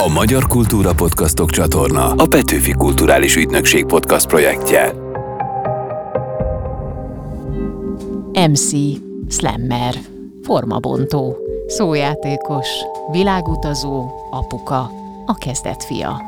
Magyar Kultúra Podcastok csatorna a Petőfi Kulturális Ügynökség podcast projektje. MC, slammer, formabontó, szójátékos, világutazó, apuka, a kezdet fia.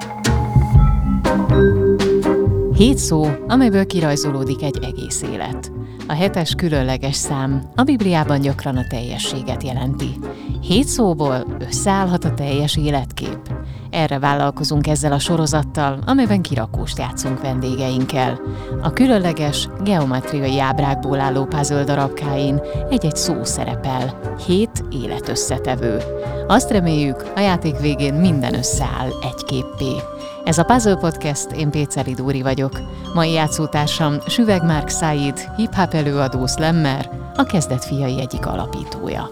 7 szó, amelyből kirajzolódik egy egész élet. A 7-es különleges szám a Bibliában gyakran a teljességet jelenti. 7 szóból összeállhat a teljes életkép. Erre vállalkozunk ezzel a sorozattal, amelyben kirakóst játszunk vendégeinkkel. A különleges, geometriai ábrákból álló puzzle darabkáin egy-egy szó szerepel. 7 életösszetevő. Azt reméljük, a játék végén minden összeáll egy képpé. Ez a Puzzle Podcast, én Péceli Dóri vagyok. Mai játszótársam Süveg Márk Száid, hip-hop előadó slammer, a kezdet fiai egyik alapítója.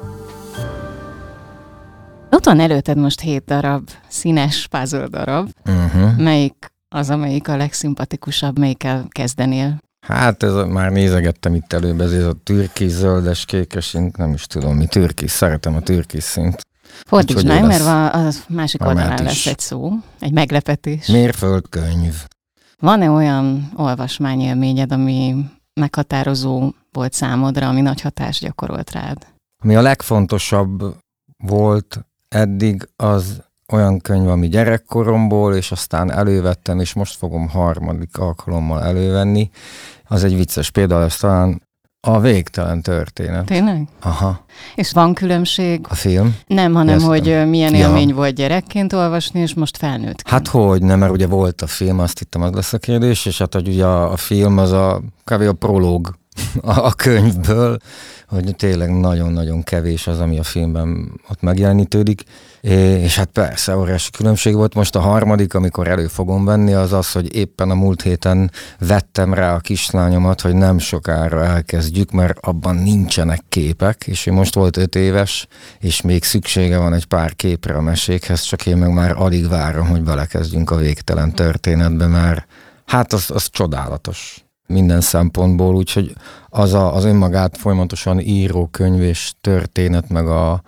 Ott van előtted most 7 darab színes puzzle darab. Melyik az, amelyik a legszimpatikusabb, melyikkel kezdenél? Hát már nézegettem itt előbb, ez a türkisz, zöldes, kékes, nem is tudom mi türkisz, szeretem a türkisz színt. Fordítsd meg, mert a másik oldalán lesz egy szó, egy meglepetés. Mérföldkönyv. Van-e olyan olvasmányélményed, ami meghatározó volt számodra, ami nagy hatást gyakorolt rád? Ami a legfontosabb volt eddig, az olyan könyv, ami gyerekkoromból, és aztán elővettem, és most fogom harmadik alkalommal elővenni. Az egy vicces példa, ez talán A végtelen történet. Tényleg? Aha. És van különbség? A film? Nem, hanem hogy milyen élmény volt gyerekként olvasni, és most felnőttként. Hát hogy nem, mert ugye volt a film, azt hittem, az lesz a kérdés, és hát hogy ugye a film az kb. A prológ a könyvből, hogy tényleg nagyon-nagyon kevés az, ami a filmben ott megjelenítődik. És hát persze, óriási különbség volt. Most a harmadik, amikor elő fogom venni, az az, hogy éppen a múlt héten vettem rá a kislányomat, hogy nem sokára elkezdjük, mert abban nincsenek képek, és ő most volt 5 éves, és még szüksége van egy pár képre a mesékhez, csak én meg már alig várom, hogy belekezdjünk a végtelen történetbe, mert hát az csodálatos minden szempontból, úgyhogy az önmagát folyamatosan író könyv és történet, meg a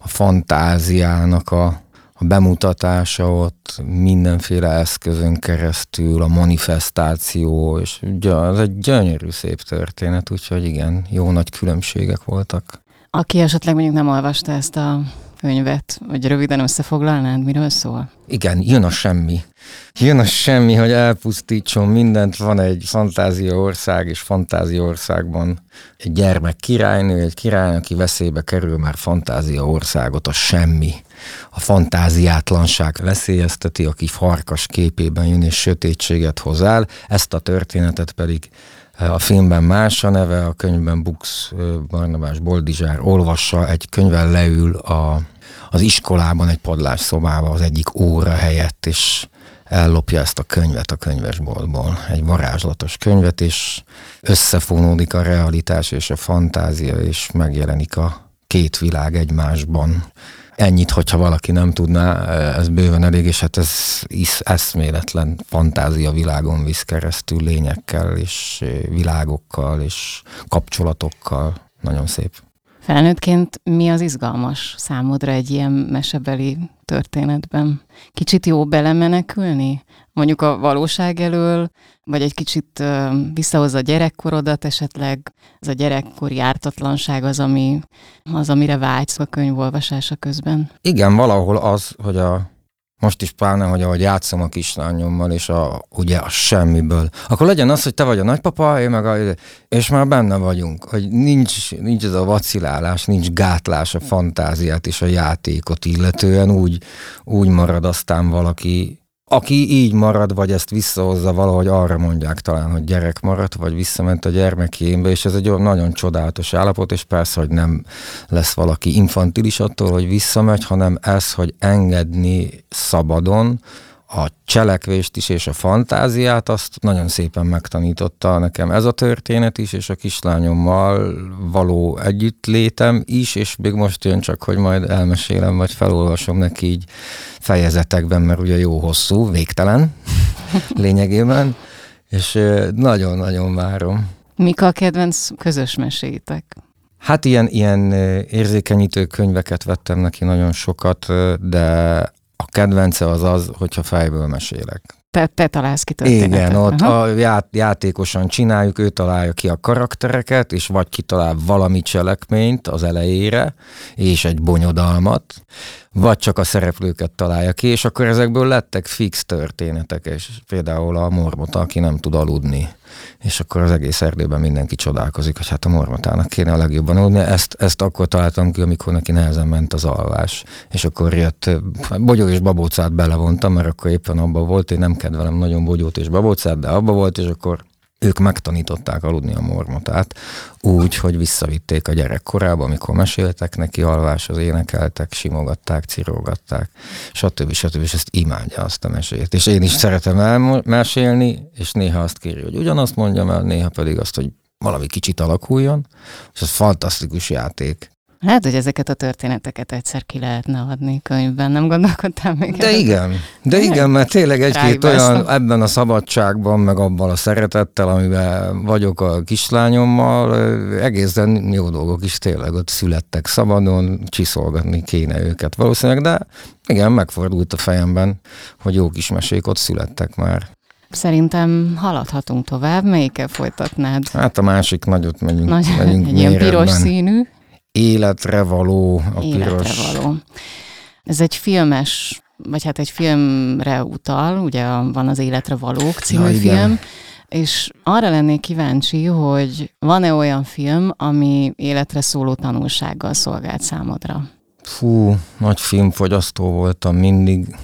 fantáziának a bemutatása ott mindenféle eszközön keresztül, a manifestáció, és az egy gyönyörű szép történet, úgyhogy igen, jó nagy különbségek voltak. Aki esetleg mondjuk nem olvasta ezt a könyvet, hogy röviden összefoglalnád, miről szól? Igen, jön a semmi. Jön a semmi, hogy elpusztítson mindent. Van egy fantáziaország, és fantáziaországban egy gyermek királynő, egy király, aki veszélybe kerül, már fantáziaországot, a semmi. A fantáziátlanság veszélyezteti, aki farkas képében jön és sötétséget hoz el. Ezt a történetet pedig a filmben más a neve, a könyvben Bux Barnabás Boldizsár olvassa, egy könyvvel leül az iskolában egy padlásszobába az egyik óra helyett, és ellopja ezt a könyvet a könyvesboltból. Egy varázslatos könyvet, és összefonódik a realitás és a fantázia, és megjelenik a két világ egymásban. Ennyit, hogyha valaki nem tudná, ez bőven elég, és hát ez eszméletlen fantázia világon visz keresztül lényekkel, és világokkal, és kapcsolatokkal. Nagyon szép. Felnőttként mi az izgalmas számodra egy ilyen mesebeli történetben? Kicsit jó belemenekülni? Mondjuk a valóság elől, vagy egy kicsit visszahozza a gyerekkorodat, esetleg az a gyerekkori ártatlanság az, amire vágysz a könyv olvasása közben? Igen, valahol az, hogy most is pláne, hogy ahogy játszom a kislányommal, és ugye a semmiből. Akkor legyen az, hogy te vagy a nagypapa, én meg és már benne vagyunk, hogy nincs ez a vacilálás, nincs gátlás a fantáziát és a játékot illetően, úgy marad aztán valaki, aki így marad, vagy ezt visszahozza valahogy, arra mondják talán, hogy gyerek maradt, vagy visszament a gyermekémbe, és ez egy nagyon csodálatos állapot, és persze, hogy nem lesz valaki infantilis attól, hogy visszamegy, hanem ez, hogy engedni szabadon a cselekvést is, és a fantáziát, azt nagyon szépen megtanította nekem ez a történet is, és a kislányommal való együttlétem is, és még most jön csak, hogy majd elmesélem, vagy felolvasom neki így fejezetekben, mert ugye jó hosszú, végtelen lényegében, és nagyon-nagyon várom. Mik a kedvenc közös meséitek? Hát ilyen érzékenyítő könyveket vettem neki nagyon sokat, de A kedvence az, hogyha fejből mesélek. Te találsz ki történetet. Igen, ott játékosan csináljuk, ő találja ki a karaktereket, és vagy kitalál valami cselekményt az elejére, és egy bonyodalmat, vagy csak a szereplőket találja ki, és akkor ezekből lettek fix történetek, és például a mormota, aki nem tud aludni. És akkor az egész Erdélyben mindenki csodálkozik, hogy hát a mormotának kéne a legjobban aludni. Ezt akkor találtam ki, amikor neki nehezen ment az alvás. És akkor jött, Bogyó és Babócát belevontam, mert akkor éppen abban volt, én nem kedvelem nagyon Bogyót és Babócát, de abban volt, és akkor ők megtanították aludni a mormotát úgy, hogy visszavitték a gyerekkorába, amikor meséltek neki, alváshoz énekeltek, simogatták, cirógatták, stb. És ezt imádja azt a mesét. És én is szeretem elmesélni, és néha azt kéri, hogy ugyanazt mondjam el, néha pedig azt, hogy valami kicsit alakuljon, és ez fantasztikus játék. Lehet, hogy ezeket a történeteket egyszer ki lehetne adni könyvben, nem gondolkodtál még? De igen, mert tényleg egy-két olyan ebben a szabadságban, meg abban a szeretettel, amiben vagyok a kislányommal, egészen jó dolgok is tényleg ott születtek szabadon, csiszolgatni kéne őket valószínűleg, de igen, megfordult a fejemben, hogy jó kis mesék ott születtek már. Szerintem haladhatunk tovább, melyikkel folytatnád? Hát a másik nagyot megyünk egy ilyen piros színű. Életre való a Életre piros. való. Ez egy filmes, vagy hát egy filmre utal, ugye van az Életre valók című film, és arra lennék kíváncsi, hogy van-e olyan film, ami életre szóló tanulsággal szolgált számodra? Fú, nagy filmfogyasztó voltam mindig.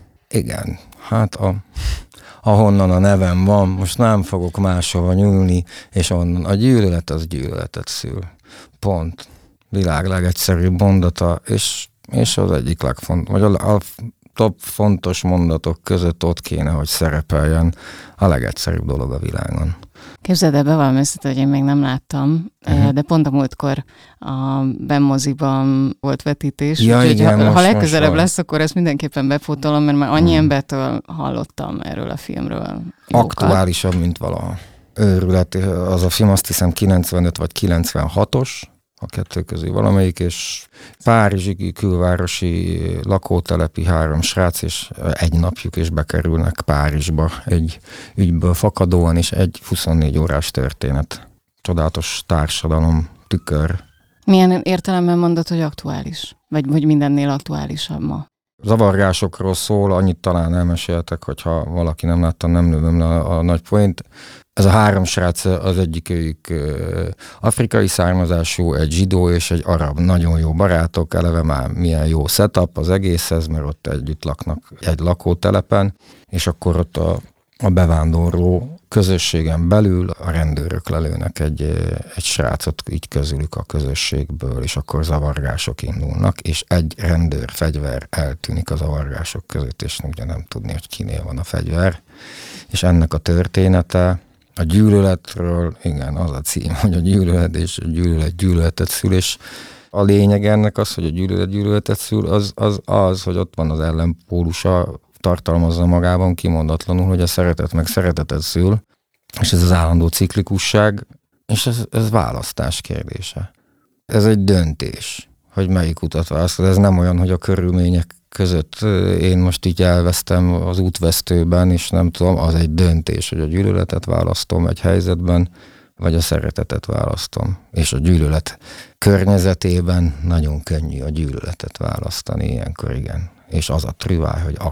Igen, hát ahonnan a nevem van, most nem fogok máshova nyúlni, és onnan a gyűlölet az gyűlöletet szül. Pont. Világ legegyszerűbb mondata, és az egyik legfontosabb, vagy a top fontos mondatok között ott kéne, hogy szerepeljen a legegyszerűbb dolog a világon. Képzeld el, bevallom őszintén, hogy én még nem láttam, de pont a múltkor a benmoziban volt vetítés, úgyhogy igen, ha legközelebb lesz, akkor ezt mindenképpen befotolom, mert már annyi embertől hallottam erről a filmről. Aktuálisabb, mint valaha. Őrület, az a film azt hiszem 95 vagy 96-os, a kettő közül valamelyik, és párizsi külvárosi lakótelepi 3 srác, és egy napjuk, és bekerülnek Párizsba egy ügyből fakadóan, és egy 24 órás történet. Csodálatos társadalom, tükör. Milyen értelemben mondod, hogy aktuális? Vagy mindennél aktuálisabb ma? Zavargásokról szól, annyit talán elmeséltek, hogyha valaki nem látta, nem lövöm le a nagy point. Ez a 3 srác, az egyikőjük afrikai származású, egy zsidó és egy arab. Nagyon jó barátok, eleve már milyen jó setup az egészhez, mert ott együtt laknak egy lakótelepen, és akkor ott a bevándorló közösségen belül a rendőrök lelőnek egy srácot így közülük a közösségből, és akkor zavargások indulnak, és egy rendőr fegyver eltűnik a zavargások között, és ugye nem tudni, hogy kinél van a fegyver. És ennek a története a gyűlöletről, igen, az a cím, hogy a gyűlölet és a gyűlölet gyűlöletet szül, és a lényeg ennek az, hogy a gyűlölet gyűlöletet szül, az, hogy ott van az ellenpólusa, tartalmazza magában kimondatlanul, hogy a szeretet meg szeretetet szül, és ez az állandó ciklikusság, és ez választás kérdése. Ez egy döntés, hogy melyik utat választod. Ez nem olyan, hogy a körülmények között én most így elvesztem az útvesztőben, és nem tudom, az egy döntés, hogy a gyűlöletet választom egy helyzetben, vagy a szeretetet választom. És a gyűlölet környezetében nagyon könnyű a gyűlöletet választani, ilyenkor igen. És az a trüváj, hogy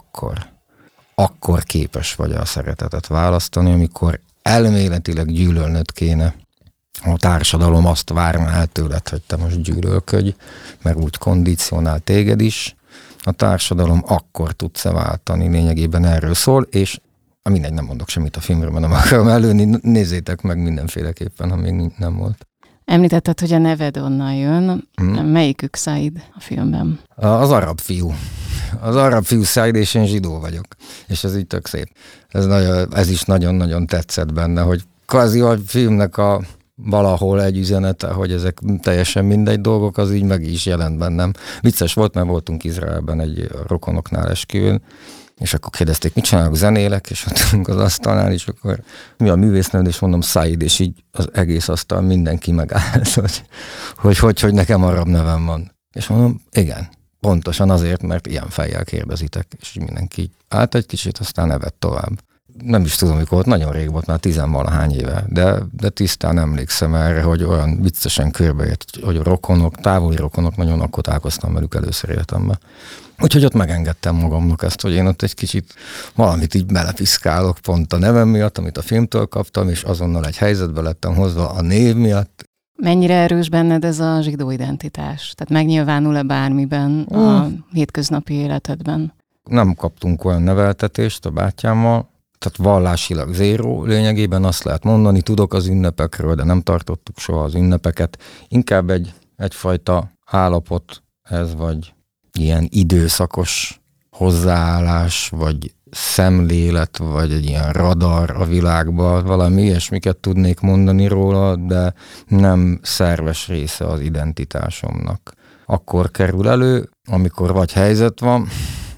akkor képes vagy a szeretetet választani, amikor elméletileg gyűlölnöd kéne. A társadalom azt várná el tőled, hogy te most gyűlölködj, mert úgy kondicionál téged is. A társadalom akkor tudsz váltani, lényegében erről szól, és mindegy, nem mondok semmit a filmről, mert nem akarom előni, nézzétek meg mindenféleképpen, ha még nem volt. Említetted, hogy a neved onnan jön. Melyikük Said a filmben? Az arab fiú. Az arab fiú Said, és én zsidó vagyok. És ez így tök szép. Ez is nagyon-nagyon tetszett benne, hogy kvázi a filmnek valahol egy üzenete, hogy ezek teljesen mindegy dolgok, az így meg is jelent bennem. Vicces volt, mert voltunk Izraelben egy rokonoknál esküvőn, és akkor kérdezték, mit csinálok, zenélek, és ott az asztalnál, és akkor mi a művészneved, és mondom Said, és így az egész asztal mindenki megállt, hogy nekem arab nevem van. És mondom, igen, Pontosan azért, mert ilyen fejjel kérdezitek, és mindenki állt egy kicsit, aztán nevet tovább. Nem is tudom, mikor volt, nagyon rég volt, már 10-valahány éve, de tisztán emlékszem erre, hogy olyan viccesen körbejött, hogy a rokonok, távoli rokonok, nagyon akkor találkoztam velük először életemben. Úgyhogy ott megengedtem magamnak ezt, hogy én ott egy kicsit valamit így belepiszkálok pont a nevem miatt, amit a filmtől kaptam, és azonnal egy helyzetbe lettem hozva a név miatt. Mennyire erős benned ez a zsidó identitás? Tehát megnyilvánul-e bármiben a hétköznapi életedben? Nem kaptunk olyan neveltetést a bátyámmal, tehát vallásilag zéró, lényegében azt lehet mondani, tudok az ünnepekről, de nem tartottuk soha az ünnepeket. Inkább egyfajta állapot ez, vagy ilyen időszakos hozzáállás, vagy szemlélet, vagy egy ilyen radar a világban, valami ilyesmiket tudnék mondani róla, de nem szerves része az identitásomnak. Akkor kerül elő, amikor vagy helyzet van,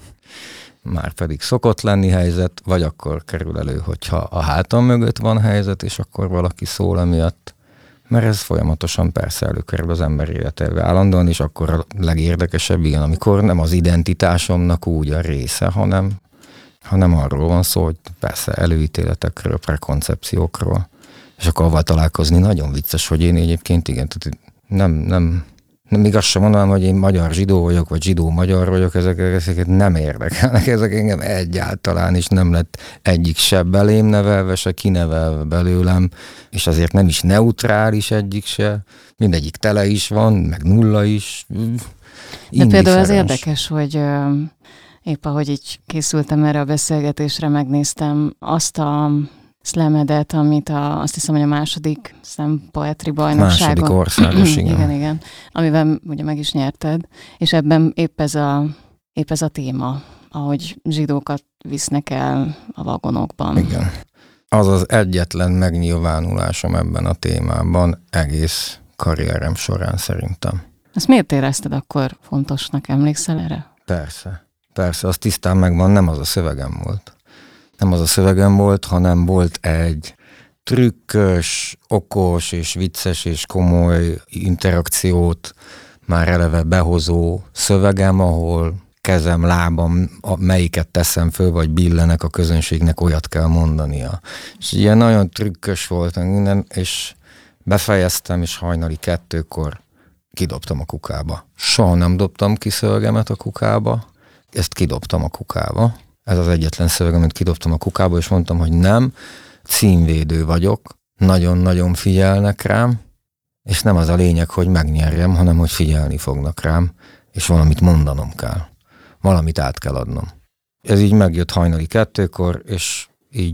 már pedig szokott lenni helyzet, vagy akkor kerül elő, hogyha a hátam mögött van helyzet, és akkor valaki szól emiatt. Mert ez folyamatosan persze előkerül az ember életébe állandóan, és akkor a legérdekesebb, igen, amikor nem az identitásomnak úgy a része, hanem arról van szó, hogy persze előítéletekről, prekoncepciókról, és akkor avval találkozni nagyon vicces, hogy én egyébként igen, tehát nem igaz sem mondanám, hogy én magyar zsidó vagyok, vagy zsidó magyar vagyok, ezeket nem érdekelnek, ezek engem egyáltalán is nem lett egyik se belém nevelve, se kinevelve belőlem, és azért nem is neutrális egyik se, mindegyik tele is van, meg nulla is. De például az érdekes, hogy épp ahogy így készültem erre a beszélgetésre, megnéztem azt a szlemedet, amit azt hiszem, hogy a második slam poetry bajnokságon. Második országos, igen. igen. Amiben ugye meg is nyerted, és ebben épp ez a téma, ahogy zsidókat visznek el a vagonokban. Igen. Az az egyetlen megnyilvánulásom ebben a témában egész karrierem során szerintem. Ezt miért érezted akkor fontosnak? Emlékszel erre? Persze, az tisztán megvan, nem az a szövegem volt. Nem az a szövegem volt, hanem volt egy trükkös, okos és vicces és komoly interakciót már eleve behozó szövegem, ahol kezem, lábam, melyiket teszem föl, vagy billenek a közönségnek, olyat kell mondania. És ilyen nagyon trükkös volt minden, és befejeztem, és hajnali 2-kor kidobtam a kukába. Soha nem dobtam ki szövegemet a kukába, ezt kidobtam a kukába. Ez az egyetlen szöveg, amit kidobtam a kukába, és mondtam, hogy nem, címvédő vagyok, nagyon-nagyon figyelnek rám, és nem az a lényeg, hogy megnyerjem, hanem hogy figyelni fognak rám, és valamit mondanom kell. Valamit át kell adnom. Ez így megjött hajnali 2-kor, és így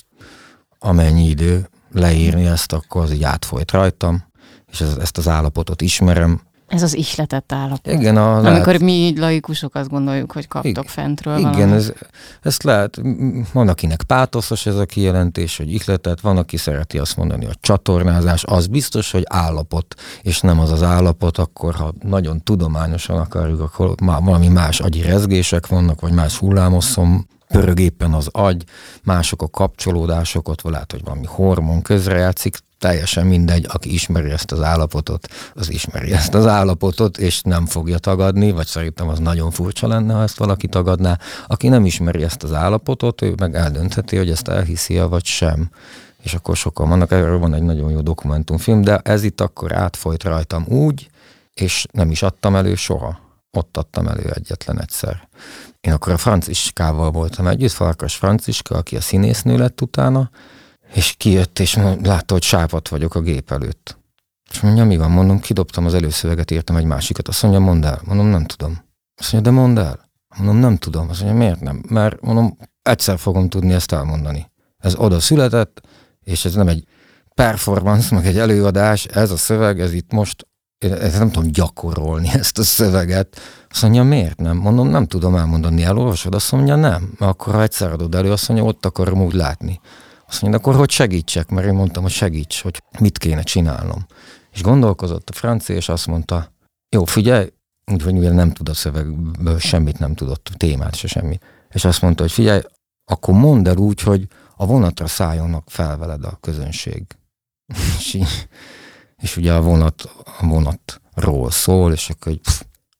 amennyi idő leírni ezt, akkor az így átfolyt rajtam, és ezt az állapotot ismerem. Ez az ihletett állapot. Igen, amikor mi így laikusok azt gondoljuk, hogy kaptok fentről valamit. Igen, ezt lehet, van akinek pátoszos ez a kijelentés, hogy ihletett, van aki szereti azt mondani, hogy csatornázás, az biztos, hogy állapot, és nem az az állapot, akkor ha nagyon tudományosan akarjuk, akkor valami más agyi rezgések vannak, vagy más hullámosszom, pörög éppen az agy, mások a kapcsolódások, ott lehet, hogy valami hormon közrejátszik, teljesen mindegy, aki ismeri ezt az állapotot, az ismeri ezt az állapotot, és nem fogja tagadni, vagy szerintem az nagyon furcsa lenne, ha ezt valaki tagadná. Aki nem ismeri ezt az állapotot, ő meg eldöntheti, hogy ezt elhiszi-e, vagy sem. És akkor sokan vannak, erről van egy nagyon jó dokumentumfilm, de ez itt akkor átfolyt rajtam úgy, és nem is adtam elő soha. Ott adtam elő egyetlen egyszer. Én akkor a Franciskával voltam együtt, Farkas Franciska, aki a színésznő lett utána, és kijött, és látta, hogy sápadt vagyok a gép előtt. És mondja, mi van? Mondom, kidobtam az előszöveget, írtam egy másikat. Azt mondja, mondd el. Mondom, nem tudom. Azt mondja, de mondd el. Mondom, nem tudom. Azt mondja, miért nem? Mert mondom, egyszer fogom tudni ezt elmondani. Ez oda született, és ez nem egy performance, meg egy előadás, ez a szöveg, ez itt most, ez nem tudom gyakorolni ezt a szöveget. Azt mondja, miért nem? Mondom, nem tudom elmondani, elolvasod? Azt mondja, nem. Mert akkor, ha egyszer adod elő, azt mondja, ott akarom úgy látni. Azt mondja, akkor hogy segítsek? Mert én mondtam, hogy segíts, hogy mit kéne csinálnom. És gondolkozott a francia, és azt mondta, jó, figyelj, úgyhogy mivel nem tud a szövegből semmit, nem tudott, témát se semmi. És azt mondta, hogy figyelj, akkor mondd el úgy, hogy a vonatra szálljonnak fel veled a közönség. és ugye a vonatról szól, és akkor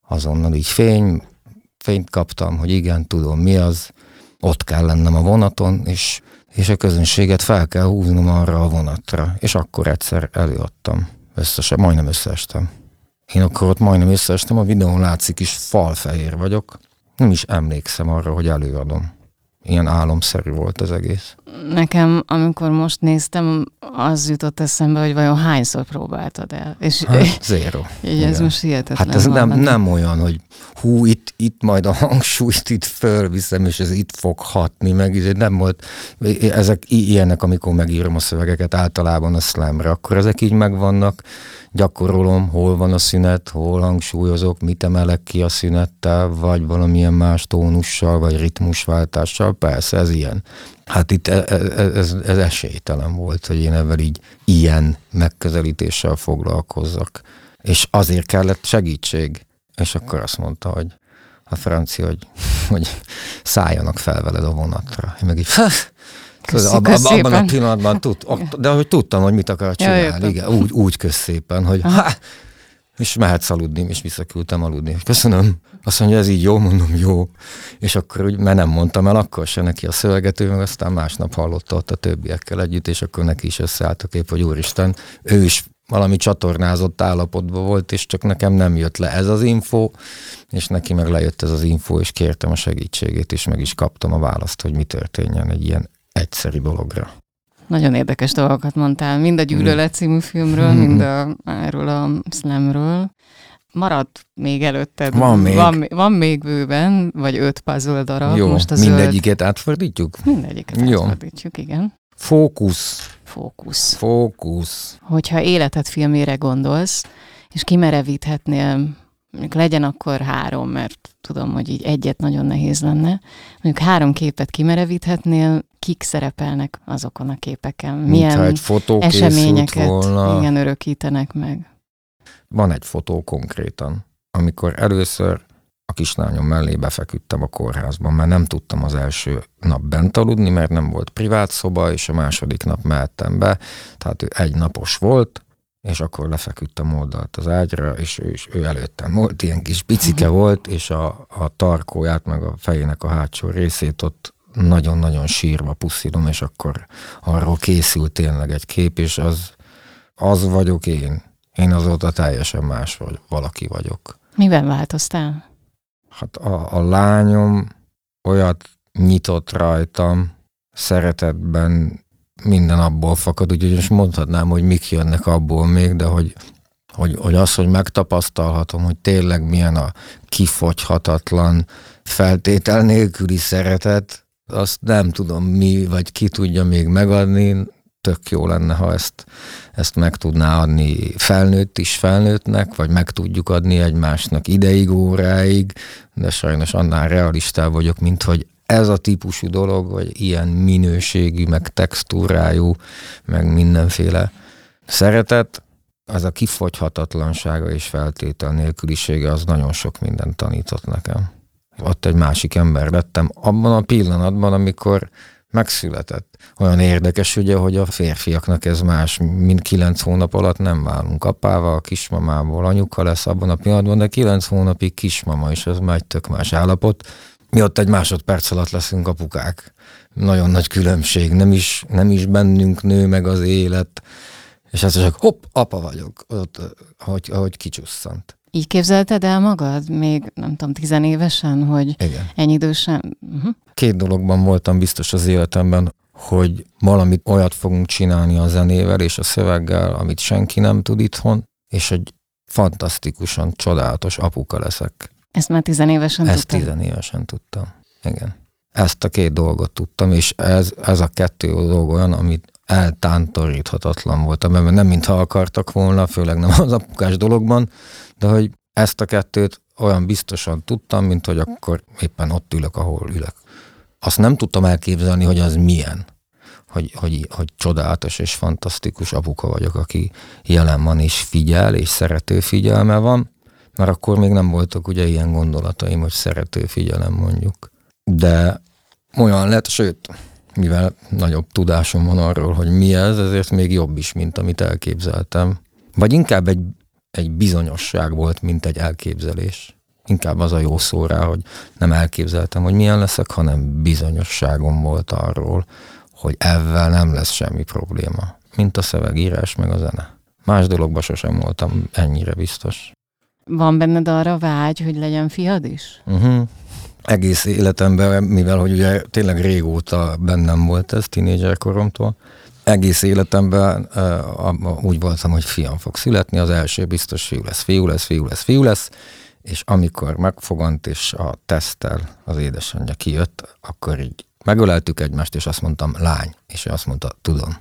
azonnal így fényt kaptam, hogy igen, tudom mi az, ott kell lennem a vonaton, és a közönséget fel kell húznom arra a vonatra. És akkor egyszer előadtam. Majdnem összeestem. Én akkor ott majdnem összeestem, a videón látszik is, falfehér vagyok. Nem is emlékszem arra, hogy előadom. Ilyen álomszerű volt az egész. Nekem, amikor most néztem, az jutott eszembe, hogy vajon hányszor próbáltad el? És zéro. Ez most hihetetlen. Hát ez nem olyan, hogy hú, itt majd a hangsúlyt itt fölviszem, és ez itt fog hatni, meg nem volt. Ezek ilyenek, amikor megírom a szövegeket általában a slamre, akkor ezek így megvannak, gyakorolom, hol van a szünet, hol hangsúlyozok, mit emelek ki a szünettel, vagy valamilyen más tónussal, vagy ritmusváltással, persze ez ilyen. Hát itt ez esélytelen volt, hogy én ebben így ilyen megközelítéssel foglalkozzak. És azért kellett segítség. És akkor azt mondta, hogy a francia, hogy szálljanak fel veled a vonatra. Én meg így, abban a pillanatban de hogy tudtam, hogy mit akar csinálni. Igen, úgy kösz szépen, hogy és mehetsz aludni, és visszaküldtem aludni. Köszönöm. Azt mondja, ez így jó, mondom, jó. És akkor úgy, mert nem mondtam el akkor se neki a szöveget, ő meg aztán másnap hallotta ott a többiekkel együtt, és akkor neki is összeállt a kép, hogy úristen, ő is valami csatornázott állapotban volt, és csak nekem nem jött le ez az info, és neki meg lejött ez az info, és kértem a segítségét, és meg is kaptam a választ, hogy mi történjen egy ilyen egyszerű dologra. Nagyon érdekes dolgokat mondtál, mind a Gyűlölet című filmről, mind erről a slamről. Maradt még előtted. Van még bőven, vagy 5 puzzle darab. Jó, most mindegyiket átfordítjuk? Átfordítjuk, igen. Fókusz. Hogyha életed filmére gondolsz, és kimerevíthetnél, mondjuk legyen akkor 3, mert tudom, hogy így egyet nagyon nehéz lenne. Mondjuk 3 képet kimerevíthetnél, kik szerepelnek azokon a képeken? Milyen eseményeket örökítenek meg? Van egy fotó konkrétan, amikor először a kislányom mellé befeküdtem a kórházban, mert nem tudtam az első nap bent aludni, mert nem volt privát szoba, és a második nap mehettem be, tehát ő 1 napos volt, és akkor lefeküdtem oldalt az ágyra, és ő előttem volt, ilyen kis picike volt, és a tarkóját, meg a fejének a hátsó részét ott nagyon-nagyon sírva puszilom, és akkor arról készült tényleg egy kép, és az vagyok én. Én azóta teljesen más valaki vagyok. Miben változtál? Hát a lányom olyat nyitott rajtam, szeretetben minden abból fakad, úgyhogy most mondhatnám, hogy mik jönnek abból még, de hogy az, hogy megtapasztalhatom, hogy tényleg milyen a kifogyhatatlan, feltétel nélküli szeretet, azt nem tudom mi, vagy ki tudja még megadni. Tök jó lenne, ha ezt meg tudná adni felnőtt is felnőttnek, vagy meg tudjuk adni egymásnak ideig, óráig, de sajnos annál realistább vagyok, mint hogy ez a típusú dolog, vagy ilyen minőségű, meg textúrájú, meg mindenféle szeretet, az a kifogyhatatlansága és feltétel nélkülisége, az nagyon sok mindent tanított nekem. Ott egy másik ember lettem abban a pillanatban, amikor megszületett. Olyan érdekes ugye, hogy a férfiaknak ez más, mint 9 hónap alatt nem válunk apával, kismamából anyuka lesz abban a pillanatban, de 9 hónapig kismama, és ez már egy tök más állapot. Mi ott egy másodperc alatt leszünk apukák. Nagyon nagy különbség, nem is bennünk nő meg az élet, és ez csak hopp, apa vagyok, ott, ahogy kicsusszant. Így képzelted el magad még, nem tudom, 10 évesen, hogy igen. Ennyi idősen? 2 dologban voltam biztos az életemben, hogy valamit olyat fogunk csinálni a zenével és a szöveggel, amit senki nem tud itthon, és egy fantasztikusan csodálatos apuka leszek. Ezt már 10 évesen tudtam? Ezt 10 évesen tudtam, igen. Ezt a 2 dolgot tudtam, és ez a 2 dolog olyan, amit eltántoríthatatlan voltam, mert nem mintha akartak volna, főleg nem az apukás dologban, de hogy ezt a 2 olyan biztosan tudtam, mint hogy akkor éppen ott ülök, ahol ülök. Azt nem tudtam elképzelni, hogy az milyen, hogy csodálatos és fantasztikus apuka vagyok, aki jelen van és figyel, és szerető figyelme van, mert akkor még nem voltak ugye ilyen gondolataim, hogy szerető figyelem mondjuk. De olyan lett, sőt, mivel nagyobb tudásom van arról, hogy mi ez, ezért még jobb is, mint amit elképzeltem. Vagy inkább egy bizonyosság volt, mint egy elképzelés. Inkább az a jó szó rá, hogy nem elképzeltem, hogy milyen leszek, hanem bizonyosságom volt arról, hogy ezzel nem lesz semmi probléma. Mint a szövegírás, meg a zene. Más dologban sosem voltam ennyire biztos. Van benned arra vágy, hogy legyen fiad is? Egész életemben, mivel hogy ugye tényleg régóta bennem volt ez, tínédzser koromtól, egész életemben úgy voltam, hogy fiam fog születni, az első biztos fiú lesz, és amikor megfogant, és a teszttel az édesanyja kijött, akkor így megöleltük egymást, és azt mondtam, lány, és ő azt mondta, tudom.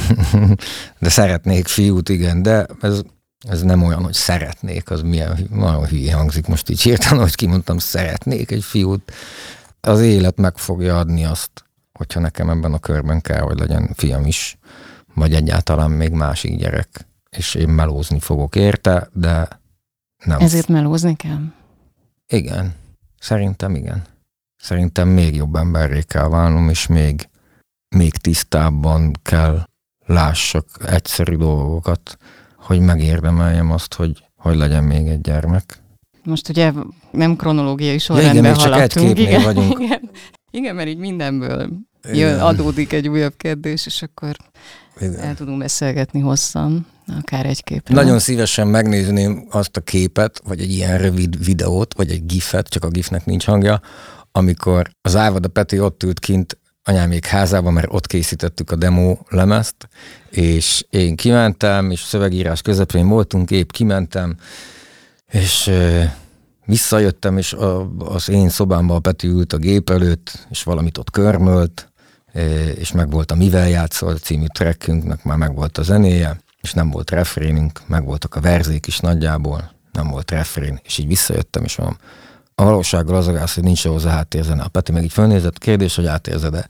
De szeretnék fiút, igen, de ez nem olyan, hogy szeretnék, az milyen nagyon hülye hangzik most így hirtelen, hogy kimondtam, szeretnék egy fiút. Az élet meg fogja adni azt, hogyha nekem ebben a körben kell, hogy legyen fiam is, vagy egyáltalán még másik gyerek, és én melózni fogok érte, de nem. Ezért melózni kell? Igen. Szerintem igen. Szerintem még jobb emberré kell válnom, és még tisztábban kell lássak egyszerű dolgokat, hogy megérdemeljem azt, hogy legyen még egy gyermek. Most ugye nem kronológiai sorrendben haladtunk. Igen, vagyunk. Igen, mert így mindenből adódik egy újabb kérdés, és akkor el tudunk beszélgetni hosszan, akár egy képről. Nagyon szívesen megnézném azt a képet, vagy egy ilyen rövid videót, vagy egy gifet, csak a gifnek nincs hangja, amikor az Ávada Peti ott ült kint anyámék házában, mert ott készítettük a demo lemezt, és én kimentem, és szövegírás közepén voltunk, épp kimentem, és visszajöttem, és az én szobámban a Peti ült a gép előtt, és valamit ott körmölt, és meg volt a Mivel játszol című trackünknek, már meg volt a zenéje, és nem volt refrénünk, meg voltak a verzék is nagyjából, nem volt refrén, és így visszajöttem, és mondom, a valósággal az a gáz, hogy nincs hozzá háttérzene. A Peti meg így fölnézett, kérdés, hogy átérzed-e.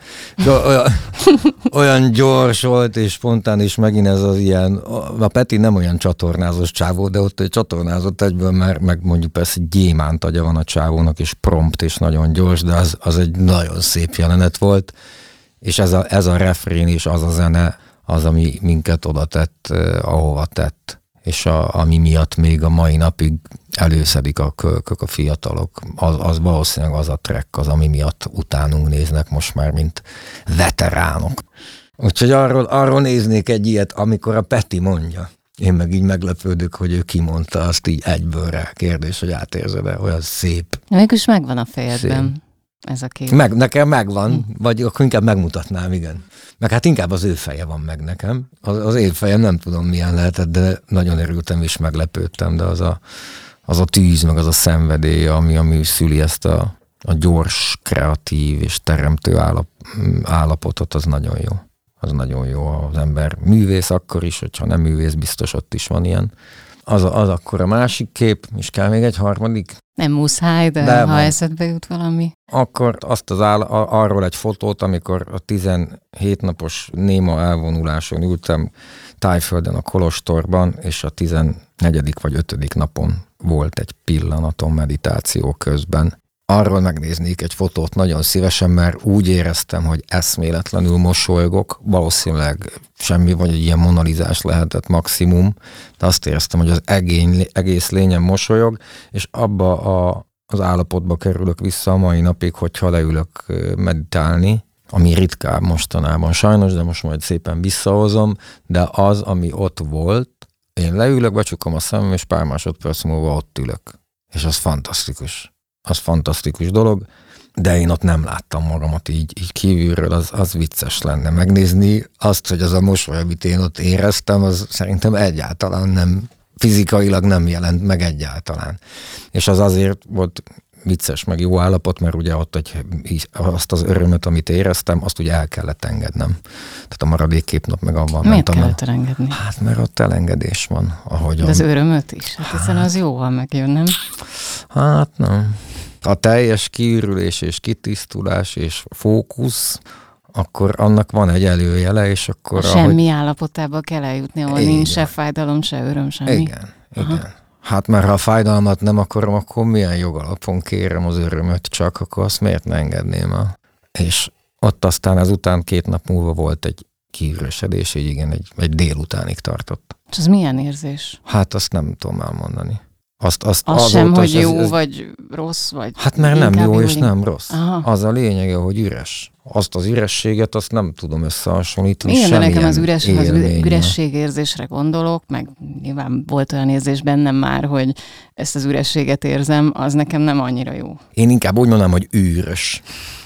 Olyan gyors volt, és spontán, és megint ez az ilyen, a Peti nem olyan csatornázós csávó, de ott egy csatornázott egyből, mert meg mondjuk persze gyémánt agya van a csávónak, és prompt, és nagyon gyors, de az egy nagyon szép jelenet volt, és ez a refrén és az a zene, az, ami minket oda tett, ahova tett. És ami miatt még a mai napig előszedik a kölkök, a fiatalok, az valószínűleg az a track, az, ami miatt utánunk néznek most már, mint veteránok. Úgyhogy arról néznék egy ilyet, amikor a Peti mondja. Én meg így meglepődök, hogy ő kimondta azt így egyből rá. Kérdés, hogy átérzed-e? Olyan szép. Mégis megvan a fejedben ez a kép. Nekem megvan, vagy akkor inkább megmutatnám, igen. Meg hát inkább az ő feje van meg nekem. Az én fejem nem tudom milyen lehetett, de nagyon örültem és meglepődtem, de az a tűz, meg az a szenvedély, ami szüli ezt a gyors, kreatív és teremtő állapotot, az nagyon jó. Az nagyon jó, az ember művész akkor is, hogyha nem művész, biztos ott is van ilyen. Az akkor a másik kép, és kell még egy harmadik? Nem muszáj, de ha eszedbe jut valami. Akkor azt arról egy fotót, amikor a 17 napos néma elvonuláson ültem Tájföldön a kolostorban, és a 14. vagy 5. napon volt egy pillanatom meditáció közben. Arról megnéznék egy fotót nagyon szívesen, mert úgy éreztem, hogy eszméletlenül mosolygok, valószínűleg semmi, vagy egy ilyen monalizás lehetett maximum, de azt éreztem, hogy az egész lényem mosolyog, és abba az állapotba kerülök vissza a mai napig, hogyha leülök meditálni, ami ritkább mostanában sajnos, de most majd szépen visszahozom, de az, ami ott volt, én leülök, becsukom a szemem, és pár másodperc múlva ott ülök. És az fantasztikus. Az fantasztikus dolog, de én ott nem láttam magamat így kívülről, az vicces lenne megnézni azt, hogy az a mosoly, amit én ott éreztem, az szerintem egyáltalán nem, fizikailag nem jelent meg egyáltalán. És az azért volt vicces, meg jó állapot, mert ugye ott azt az örömöt, amit éreztem, azt ugye el kellett engednem. Tehát a maradék képnap meg abban miért kellett elengedni? Hát mert ott elengedés van. De az örömöt is? Hát hiszen az jó, ha megjön, nem? Hát nem. A teljes kiürülés és kitisztulás és fókusz, akkor annak van egy előjele, és akkor... Semmi állapotába kell eljutni, ahol nincs se fájdalom, se öröm, semmi. Igen. Hát már ha a fájdalmat nem akarom, akkor milyen jogalapon kérem az örömöt csak, akkor azt miért ne engedném el? És ott aztán ezután 2 nap múlva volt egy kiürösedés, így igen, egy délutánig tartott. És az milyen érzés? Hát azt nem tudom elmondani. Az sem, hogy jó, vagy rossz, vagy... Hát mert nem jó és nem rossz. Aha. Az a lényege, hogy üres. Azt az ürességet, azt nem tudom összehasonlítani. Igen, de nekem az ürességérzésre gondolok, meg nyilván volt olyan érzés bennem már, hogy ezt az ürességet érzem, az nekem nem annyira jó. Én inkább úgy mondanám, hogy űrös.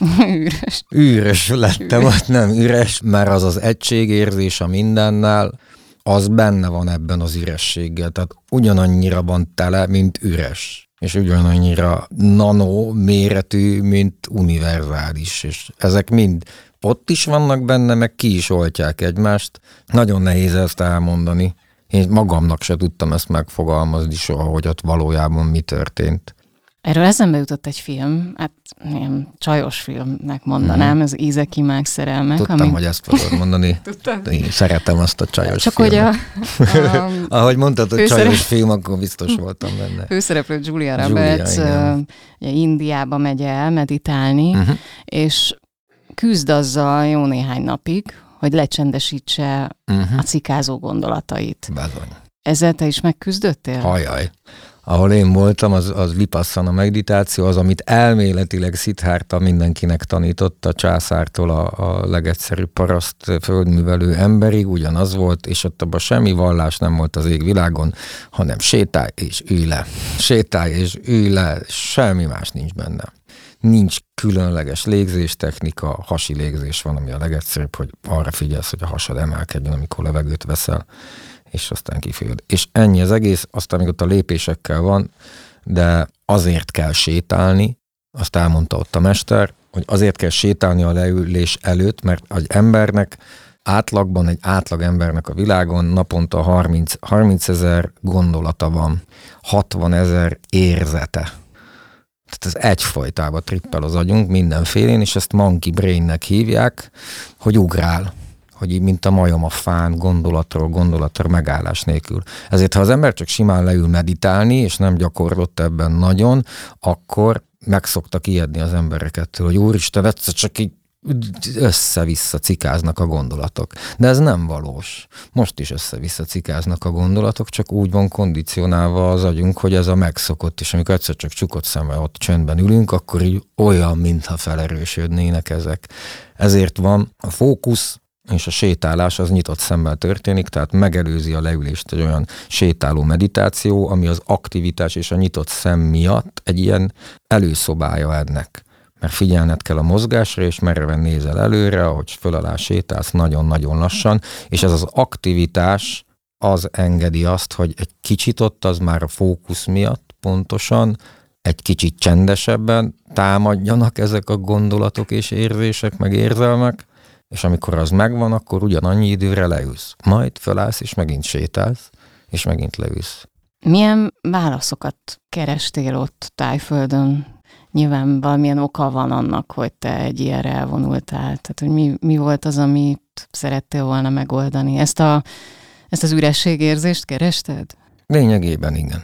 Űrös lettem, ott nem üres, mert az egységérzés a mindennel, az benne van ebben az ürességgel. Tehát ugyanannyira van tele, mint üres. És ugyanannyira nano méretű, mint univerzális. És ezek mind ott is vannak benne, meg ki is oltják egymást. Nagyon nehéz ezt elmondani. Én magamnak se tudtam ezt megfogalmazni soha, hogy ott valójában mi történt. Erről eszembe jutott egy film, hát ilyen csajos filmnek mondanám, ez Ízek, imák, szerelmek. Tudtam, hogy ezt fogod mondani. Tudtad? Én szeretem azt a csajos csak filmet. Hogy ahogy mondtad, hogy csajos film, akkor biztos voltam benne. Főszereplő Julia Roberts Indiába megy el meditálni, és küzd azzal jó néhány napig, hogy lecsendesítse a cikázó gondolatait. Bezony. Ezzel te is megküzdöttél? Hajjaj. Ahol én voltam, az vipasszana meditáció, az, amit elméletileg Szidhárta mindenkinek tanított, a császártól a legegyszerűbb paraszt földművelő emberig, ugyanaz volt, és ott abban semmi vallás nem volt az égvilágon, hanem sétálj és ülj le. Sétálj és ülj le, semmi más nincs benne. Nincs különleges légzéstechnika, hasi légzés van, ami a legegyszerűbb, hogy arra figyelsz, hogy a hasad emelkedjen, amikor levegőt veszel, és aztán kifejezed. És ennyi az egész, aztán még ott a lépésekkel van, de azért kell sétálni, azt elmondta ott a mester, hogy azért kell sétálni a leülés előtt, mert egy embernek átlagban, egy átlag embernek a világon naponta 30 000 gondolata van, 60 000 érzete. Tehát ez egyfolytában trippel az agyunk mindenfélén, és ezt monkey brainnek hívják, hogy ugrál. Hogy így, mint a majom a fán, gondolatra megállás nélkül. Ezért, ha az ember csak simán leül meditálni, és nem gyakorlott ebben nagyon, akkor meg szoktak ijedni az emberekettől, hogy úristen, egyszer csak így össze-vissza cikáznak a gondolatok. De ez nem valós. Most is össze-vissza cikáznak a gondolatok, csak úgy van kondicionálva az agyunk, hogy ez a megszokott, és amikor egyszer csak csukott szemmel ott csöndben ülünk, akkor így olyan, mintha felerősödnének ezek. Ezért van a fókusz, és a sétálás az nyitott szemmel történik, tehát megelőzi a leülést egy olyan sétáló meditáció, ami az aktivitás és a nyitott szem miatt egy ilyen előszobája ennek. Mert figyelned kell a mozgásra, és merően nézel előre, ahogy föl alá sétálsz nagyon-nagyon lassan, és ez az aktivitás az engedi azt, hogy egy kicsit ott az már a fókusz miatt pontosan, egy kicsit csendesebben támadjanak ezek a gondolatok és érzések, meg érzelmek, és amikor az megvan, akkor ugyanannyi időre leülsz. Majd fölállsz, és megint sétálsz, és megint leülsz. Milyen válaszokat kerestél ott Tájföldön? Nyilván valamilyen oka van annak, hogy te egy ilyenre elvonultál. Tehát, hogy mi volt az, amit szerettél volna megoldani? Ezt az ürességérzést kerested? Lényegében igen.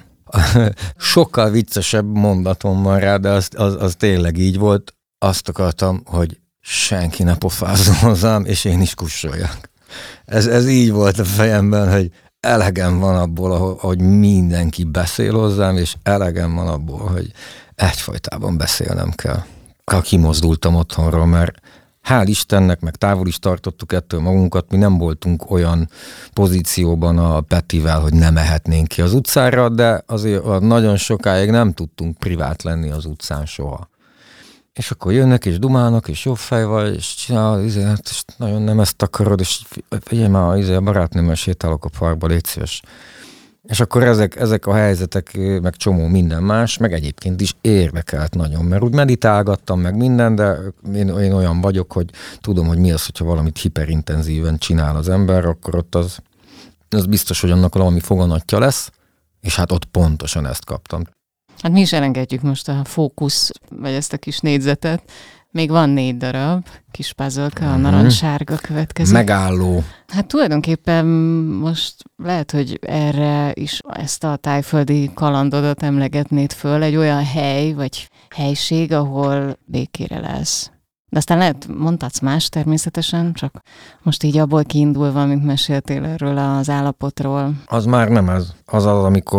Sokkal viccesebb mondatom van rá, de az tényleg így volt. Azt akartam, hogy senki ne pofázzon hozzám, és én is kussoljak. Ez így volt a fejemben, hogy elegem van abból, hogy mindenki beszél hozzám, és elegem van abból, hogy egyfajtában beszélnem kell. Kimozdultam otthonról, mert hál' Istennek, meg távol is tartottuk ettől magunkat, mi nem voltunk olyan pozícióban a Petivel, hogy nem mehetnénk ki az utcára, de azért nagyon sokáig nem tudtunk privát lenni az utcán soha. És akkor jönnek, és dumálnak, és jó fej vagy, és csinálod, és nagyon nem ezt akarod, és figyelj már, a barátnőmmel sétálok a parkba, légy szíves. És akkor ezek a helyzetek, meg csomó minden más, meg egyébként is érdekelt nagyon, mert úgy meditálgattam meg minden, de én olyan vagyok, hogy tudom, hogy mi az, hogyha valamit hiperintenzíven csinál az ember, akkor ott az biztos, hogy annak valami foganatja lesz, és hát ott pontosan ezt kaptam. Hát mi is elengedjük most a fókusz, vagy ezt a kis négyzetet. Még van 4 darab, kis puzzle-ka, a narancssárga következik. Megálló. Hát tulajdonképpen most lehet, hogy erre is ezt a tájföldi kalandodat emlegetnéd föl, egy olyan hely, vagy helység, ahol békére lesz. De aztán lehet, mondhatsz más természetesen, csak most így abból kiindulva, amit meséltél erről az állapotról. Az már nem ez. Az, amikor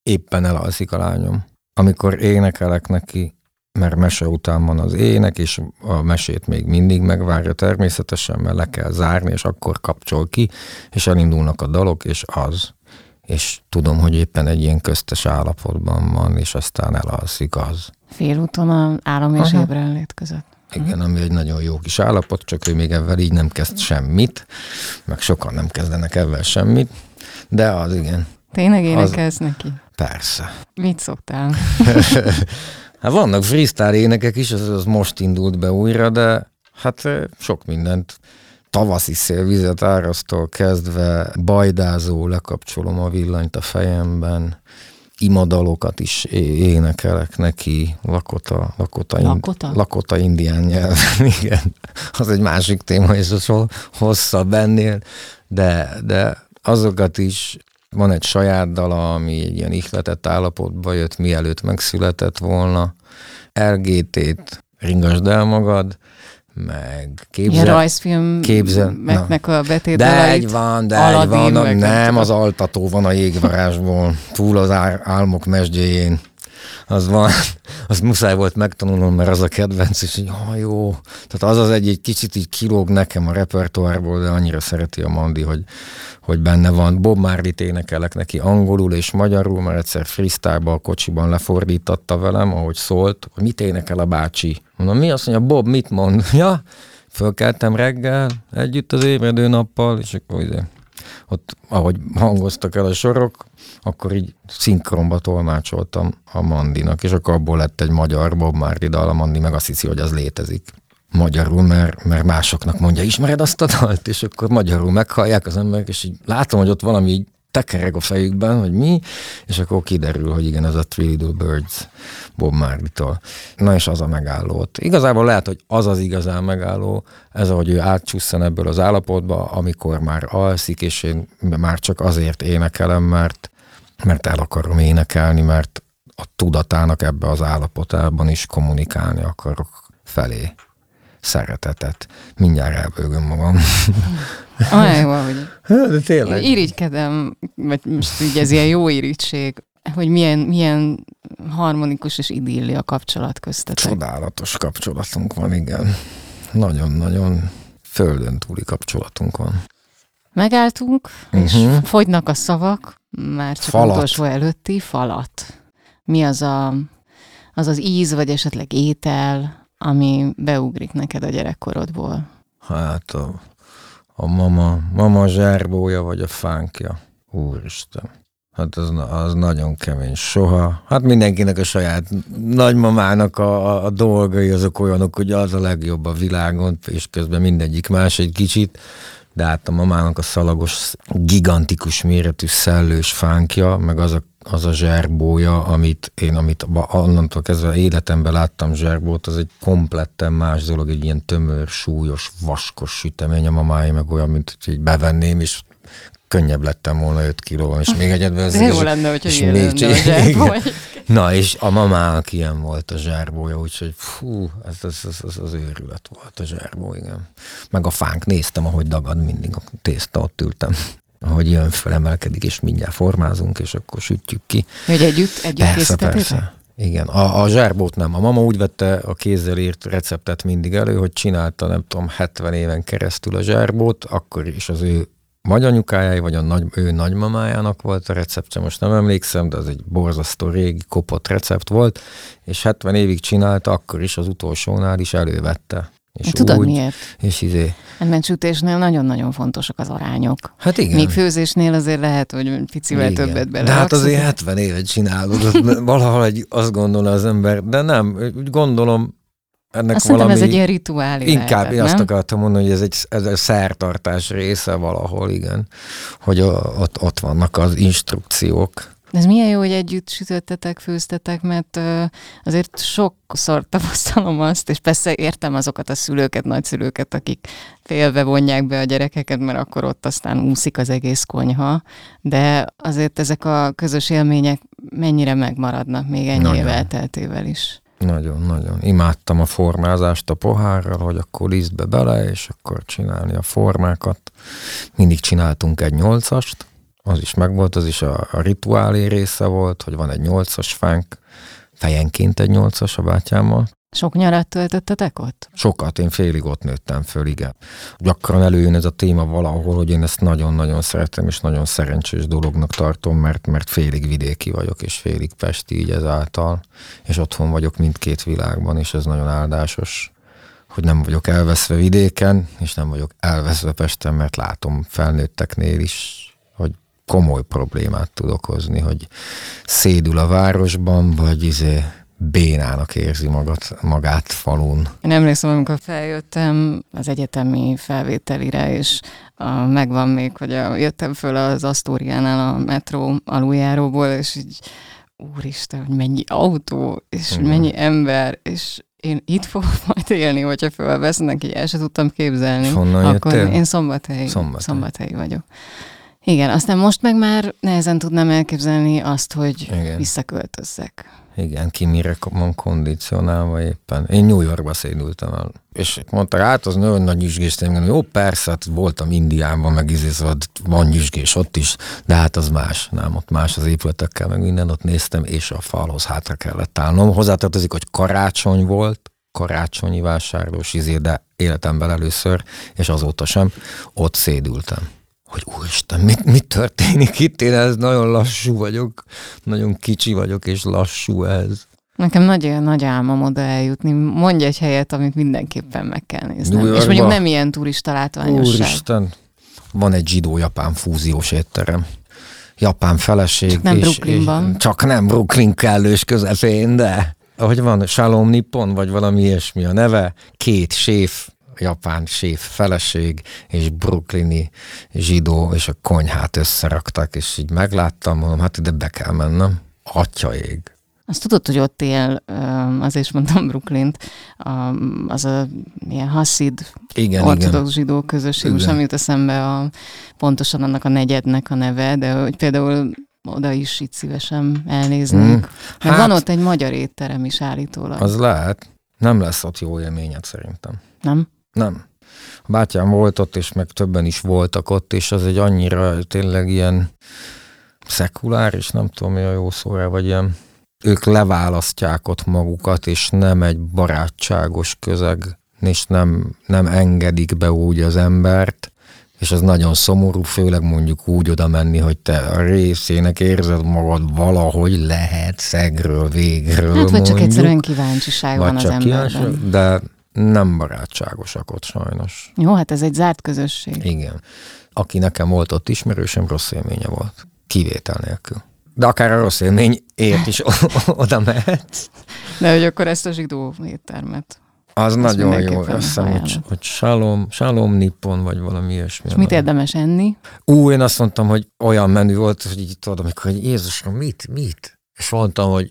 éppen elalszik a lányom. Amikor énekelek neki, mert mese után van az ének, és a mesét még mindig megvárja természetesen, mert le kell zárni, és akkor kapcsol ki, és elindulnak a dalok, és az. És tudom, hogy éppen egy ilyen köztes állapotban van, és aztán elalszik az. Félúton az álom és ébrenlét között. Igen, ami egy nagyon jó kis állapot, csak ő még ebben így nem kezd semmit, meg sokan nem kezdenek ebben semmit, de az igen. Tényleg énekelsz neki? Persze. Mit szoktál? Hát vannak freestyle énekek is, az most indult be újra, de hát sok mindent. Tavaszi szélvizet árasztól kezdve, bajdázó, lekapcsolom a villanyt a fejemben, imadalokat is énekelek neki, lakota indián nyelven, igen. Az egy másik téma, és az hosszabb ennél, de azokat is. Van egy saját dala, ami egy ilyen ihletett állapotba jött, mielőtt megszületett volna. LGT-t ringasd el magad, meg ilyen rajzfilmeknek a betétdalait. De egy van, nem, az altató van a jégvarázsból, túl az álmok mesdjéjén. Az van, azt muszáj volt megtanulnom, mert az a kedvenc, és így, jó. Tehát az egy kicsit így kilóg nekem a repertoárból, de annyira szereti a Mandi, hogy benne van. Bob Marley-t énekelek neki angolul és magyarul, mert egyszer freestyle-ba a kocsiban lefordította velem, ahogy szólt, hogy mit énekel a bácsi. Mondom, mi? Azt mondja, Bob, mit mond? Ja, fölkeltem reggel, együtt az ébredő nappal, és akkor ott, ahogy hangoztak el a sorok, akkor így szinkronba tolmácsoltam a Mandinak, és akkor abból lett egy magyar Bob Marley dal, a Mandi meg azt hiszi, hogy az létezik magyarul, mert másoknak mondja, ismered azt a dalt? És akkor magyarul meghallják az emberek, és így látom, hogy ott valami így tekereg a fejükben, hogy mi, és akkor kiderül, hogy igen, ez a Three Little Birds Bob Marley-tól. Na és az a megálló. Igazából lehet, hogy az igazán megálló, ez ahogy ő átcsusszan ebből az állapotba, amikor már alszik, és én már csak azért énekelem, mert el akarom énekelni, mert a tudatának ebbe az állapotában is kommunikálni akarok felé szeretetet. Mindjárt elbőgöm magam. Jó, hogy de tényleg. Irigykedem, vagy most így ez ilyen jó irigység, hogy milyen harmonikus és idilli a kapcsolat köztetek. Csodálatos kapcsolatunk van, igen. Nagyon-nagyon földön túli kapcsolatunk van. Megálltunk, és fogynak a szavak, már csak utolsó előtti falat. Mi az az íz, vagy esetleg étel, ami beugrik neked a gyerekkorodból? Hát a mama zsárbója, vagy a fánkja. Úristen. Hát az nagyon kemény. Soha. Hát mindenkinek a saját nagymamának a dolgai azok olyanok, hogy az a legjobb a világon, és közben mindegyik más egy kicsit. De hát a mamának a szalagos, gigantikus méretű szellős fánkja, meg az a zserbója, amit onnantól kezdve életemben láttam zserbót, az egy kompletten más dolog, egy ilyen tömör, súlyos, vaskos sütemény. A mamáé meg olyan, mint hogy így bevenném, és könnyebb lettem volna 5 kilóval, és még egyedben... De jó lenne, hogyha ilyen lenne a zserbója. Na, és a mamának ilyen volt a zsárbója, úgyhogy ez az őrület volt a zsárbó, igen. Meg a fánk, néztem, ahogy dagad mindig a tészta, ott ültem. Ahogy jön, felemelkedik, és mindjárt formázunk, és akkor sütjük ki. Hogy együtt Persze. Igen, a zsárbót nem. A mama úgy vette a kézzel írt receptet mindig elő, hogy csinálta, nem tudom, 70 éven keresztül a zsárbót, akkor is az ő vagy anyukájáé, vagy ő nagymamájának volt a receptje, most nem emlékszem, de az egy borzasztó régi, kopott recept volt, és 70 évig csinálta, akkor is az utolsónál is elővette. És tudod miért? És mert sütésnél nagyon-nagyon fontosak az arányok. Hát igen. Még főzésnél azért lehet, hogy picivel többet bele. De hát azért 70 évet csinálod, valahogy azt gondolna az ember, de nem, úgy gondolom, ennek azt valami... ez egy ilyen rituálé inkább lehetett, azt nem? akartam mondani, hogy ez egy szertartás része valahol, igen. Hogy ott vannak az instrukciók. Ez milyen jó, hogy együtt sütöttetek, főztetek, mert azért sokszor tapasztalom azt, és persze értem azokat a szülőket, nagyszülőket, akik félve vonják be a gyerekeket, mert akkor ott aztán úszik az egész konyha, de azért ezek a közös élmények mennyire megmaradnak még ennyi év elteltével is. Nagyon-nagyon. Imádtam a formázást a pohárral, hogy akkor lisztbe bele, és akkor csinálni a formákat. Mindig csináltunk egy 8-ast, Az is megvolt, az is a rituálé része volt, hogy van egy 8-as fánk, fejenként egy 8-as a bátyámmal. Sok nyarat töltöttetek ott? Sokat, én félig ott nőttem föl, igen. Gyakran előjön ez a téma valahol, hogy én ezt nagyon-nagyon szeretem, és nagyon szerencsés dolognak tartom, mert félig vidéki vagyok, és félig pesti így ezáltal, és otthon vagyok mindkét világban, és ez nagyon áldásos, hogy nem vagyok elveszve vidéken, és nem vagyok elveszve Pesten, mert látom felnőtteknél is, hogy komoly problémát tud okozni, hogy szédül a városban, vagy bénának érzi magát falun. Én emlékszem, amikor feljöttem az egyetemi felvételire, és megvan még, hogy jöttem föl az Asztóriánál a metró aluljáróból, és így úristen, hogy mennyi autó, és mennyi ember, és én itt fogok majd élni, hogyha fölvesznek, így el sem tudtam képzelni. Honnan akkor jöttél? Én szombathelyi vagyok. Igen, aztán most meg már nehezen tudnám elképzelni azt, hogy visszaköltözzek. Igen, ki mire van kondicionálva éppen. Én New Yorkba szédültem el. És mondták, hát az nagyon nagy nyüzsgés, jó, persze, hát voltam Indiában, meg szóval van nyüzsgés ott is, de hát az más. Nem, ott más az épületekkel, meg minden, ott néztem, és a falhoz hátra kellett állnom. Hozzátartozik, hogy karácsony volt, karácsonyi vásárlós de életemben először, és azóta sem, ott szédültem. Hogy úristen, mit történik itt? Én ez nagyon lassú vagyok, nagyon kicsi vagyok, és lassú ez. Nekem nagy álmom oda eljutni. Mondj egy helyet, amit mindenképpen meg kell néznem. És mondjuk nem ilyen turista látványosság. Úristen, van egy zsidó-japán fúziós étterem. Japán feleség. Csak nem Brooklynban. Csak nem Brooklyn kellős közepén, de ahogy van, Shalom Nippon, vagy valami ilyesmi a neve, 2 séf, japán séf feleség, és brooklyni zsidó, és a konyhát összeraktak, és így megláttam, mondom, hát ide be kell mennem. Atya ég. Azt tudod, hogy ott él, azért is mondtam Brooklynt, az a ilyen haszid, ortodox zsidó közösség, most nem jut eszembe pontosan annak a negyednek a neve, de hogy például oda is itt szívesen elnéznék. Hát, van ott egy magyar étterem is állítólag. Az lehet. Nem lesz ott jó élményed szerintem. Nem? Nem. A bátyám volt ott, és meg többen is voltak ott, és az egy annyira tényleg ilyen szekuláris, nem tudom mi a jó szóra, vagy ilyen, ők leválasztják ott magukat, és nem egy barátságos közeg, és nem engedik be úgy az embert, és az nagyon szomorú, főleg mondjuk úgy oda menni, hogy te a részének érzed magad valahogy lehet szegről, végről. Hát vagy csak egyszerűen kíváncsiság van az emberben. De nem barátságosak ott sajnos. Jó, hát ez egy zárt közösség. Igen. Aki nekem volt ott ismerősöm, rossz élménye volt. Kivétel nélkül. De akár a rossz élmény ért is oda mehetsz. De hogy akkor ezt a zsidó éttermet. Az nagyon jó. Azt hiszem, hogy Shalom Nippon, vagy valami ilyesmi. És mit érdemes enni? Én azt mondtam, hogy olyan menü volt, hogy így tudod, amikor, hogy Jézusom, mit? És mondtam, hogy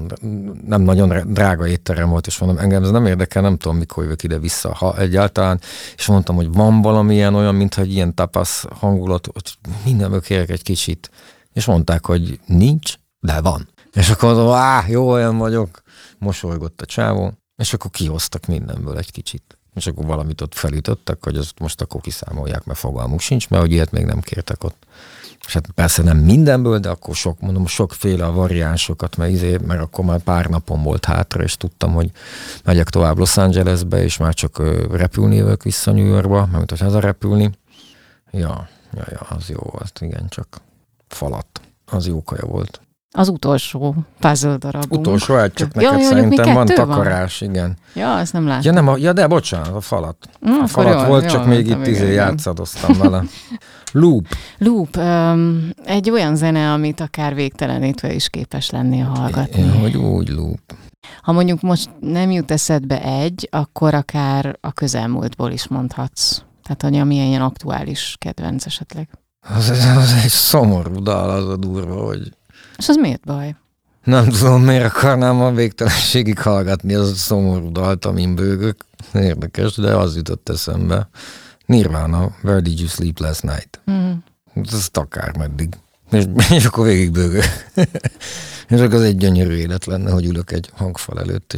nem nagyon drága étterem volt, és mondom, engem ez nem érdekel, nem tudom, mikor jövök ide-vissza, ha egyáltalán, és mondtam, hogy van valamilyen olyan, mintha egy ilyen tapasz hangulat, hogy mindenből kérek egy kicsit, és mondták, hogy nincs, de van. És akkor mondom, jó, olyan vagyok, mosolygott a csávó, és akkor kihoztak mindenből egy kicsit. És akkor valamit ott felütöttek, hogy azt most akkor kiszámolják, mert fogalmuk sincs, mert hogy ilyet még nem kértek ott. És hát persze nem mindenből, de akkor sokféle a variánsokat, mert akkor már pár napon volt hátra, és tudtam, hogy megyek tovább Los Angelesbe, és már csak repülni jövök vissza New Yorkba, mert hogy hazarepülni. Ja, az jó volt, igen, csak falat. Az jó kaja volt. Az utolsó puzzle darabunk. Utolsó, csak neked szerintem van takarás, igen. Ja, azt nem láttam. De bocsánat, a falat. A falat volt, csak még itt játszadoztam vele. Loop. Egy olyan zene, amit akár végtelenítve is képes lenni a hallgatni. Hogy úgy loop. Ha mondjuk most nem jut eszedbe akkor akár a közelmúltból is mondhatsz. Tehát, hogy ami ilyen aktuális kedvenc esetleg. Az egy szomorú dal, az a durva, hogy... És az miért baj? Nem tudom, miért akarnám a végtelenségig hallgatni az a szomorú dalt, amin bőgök. Érdekes, de az jutott eszembe. Nirvana, Where Did You Sleep Last Night? Ez akár meddig. És akkor végig bőgök. És akkor az egy gyönyörű élet lenne, hogy ülök egy hangfal előtt,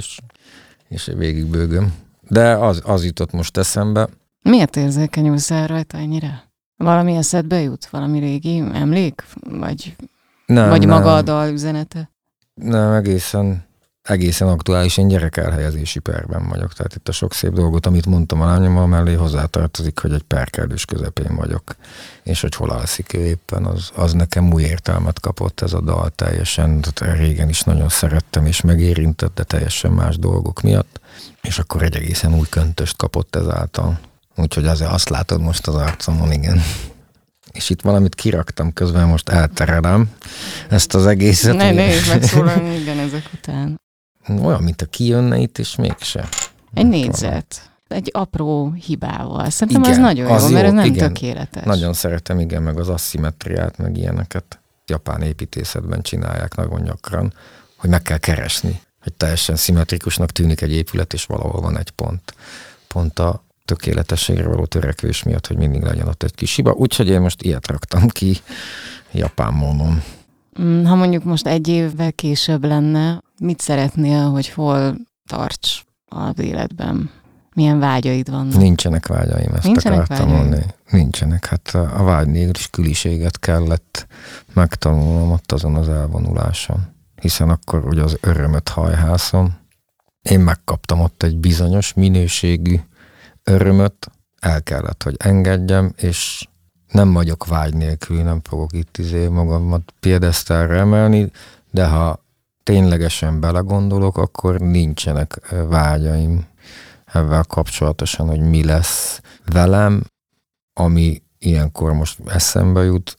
és végig bőgöm. De az jutott most eszembe. Miért érzékenyülsz el rajta ennyire? Valami eszedbe jut? Valami régi emlék? Vagy Nem. maga a dal üzenete? Nem, egészen aktuális, én gyerekelhelyezési perben vagyok. Tehát itt a sok szép dolgot, amit mondtam a lányommal mellé, hozzátartozik, hogy egy perkelős közepén vagyok. És hogy hol alszik ő éppen, az nekem új értelmet kapott ez a dal teljesen. Tehát régen is nagyon szerettem és megérintett, de teljesen más dolgok miatt. És akkor egy egészen új köntöst kapott ezáltal. Úgyhogy azért azt látod most az arcomon, igen. És itt valamit kiraktam közben, most elterelem ezt az egészet. Nehéz megszólalni, igen, ezek után. Olyan, mint a kijönne itt, és mégse. Egy négyzet. Egy apró hibával. Szerintem igen, az nagyon jó, mert ez nem igen, tökéletes. Nagyon szeretem, igen, meg az aszimmetriát, meg ilyeneket. Japán építészetben csinálják nagyon gyakran, hogy meg kell keresni, hogy teljesen szimmetrikusnak tűnik egy épület, és valahol van egy pont. Pont a tökéletességre való törekvés miatt, hogy mindig legyen ott egy kis hiba. Úgyhogy én most ilyet raktam ki japán módon. Ha mondjuk most egy évvel később lenne, mit szeretnél, hogy hol tarts az életben? Milyen vágyaid vannak? Nincsenek vágyaim, ezt akartam mondani. Nincsenek. Hát a vágy nélküliséget kellett megtanulnom ott azon az elvonuláson. Hiszen akkor ugye az örömöt hajhászom. Én megkaptam ott egy bizonyos minőségű örömöt, el kellett, hogy engedjem, és nem vagyok vágy nélkül, nem fogok itt magamat piedesztálra emelni, de ha ténylegesen belegondolok, akkor nincsenek vágyaim ezzel kapcsolatosan, hogy mi lesz velem, ami ilyenkor most eszembe jut,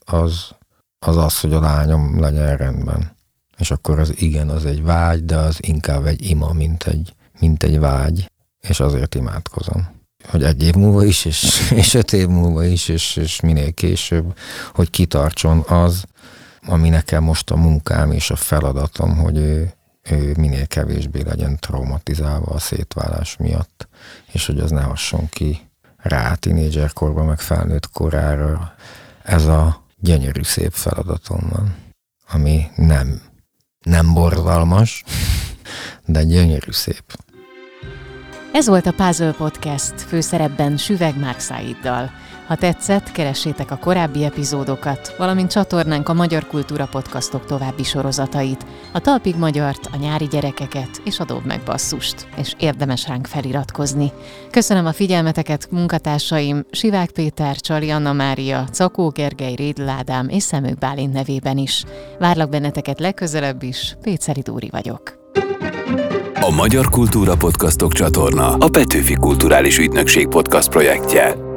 az, hogy a lányom legyen rendben. És akkor az igen, az egy vágy, de az inkább egy ima, mint egy vágy, és azért imádkozom. Hogy 1 év múlva is, és 5 év múlva is, és minél később, hogy kitartson az, ami nekem most a munkám és a feladatom, hogy ő minél kevésbé legyen traumatizálva a szétválás miatt, és hogy az ne hasson ki rá tínédzserkorban, meg felnőtt korára. Ez a gyönyörű szép feladatom van, ami nem borzalmas, de gyönyörű szép. Ez volt a Puzzle Podcast, főszerepben Süvegh Márk Száiddal. Ha tetszett, keressétek a korábbi epizódokat, valamint csatornánk a Magyar Kultúra Podcastok további sorozatait, a Talpig Magyart, a Nyári gyerekeket és a Dobd meg basszust, és érdemes ránk feliratkozni. Köszönöm a figyelmeteket munkatársaim Sivák Péter, Csali Anna Mária, Cakó Gergely, Rédl Ádám és Szemők Bálint nevében is. Várlak benneteket legközelebb is, Péceri Dóri vagyok. A Magyar Kultúra Podcastok csatorna a Petőfi Kulturális Ügynökség podcast projektje.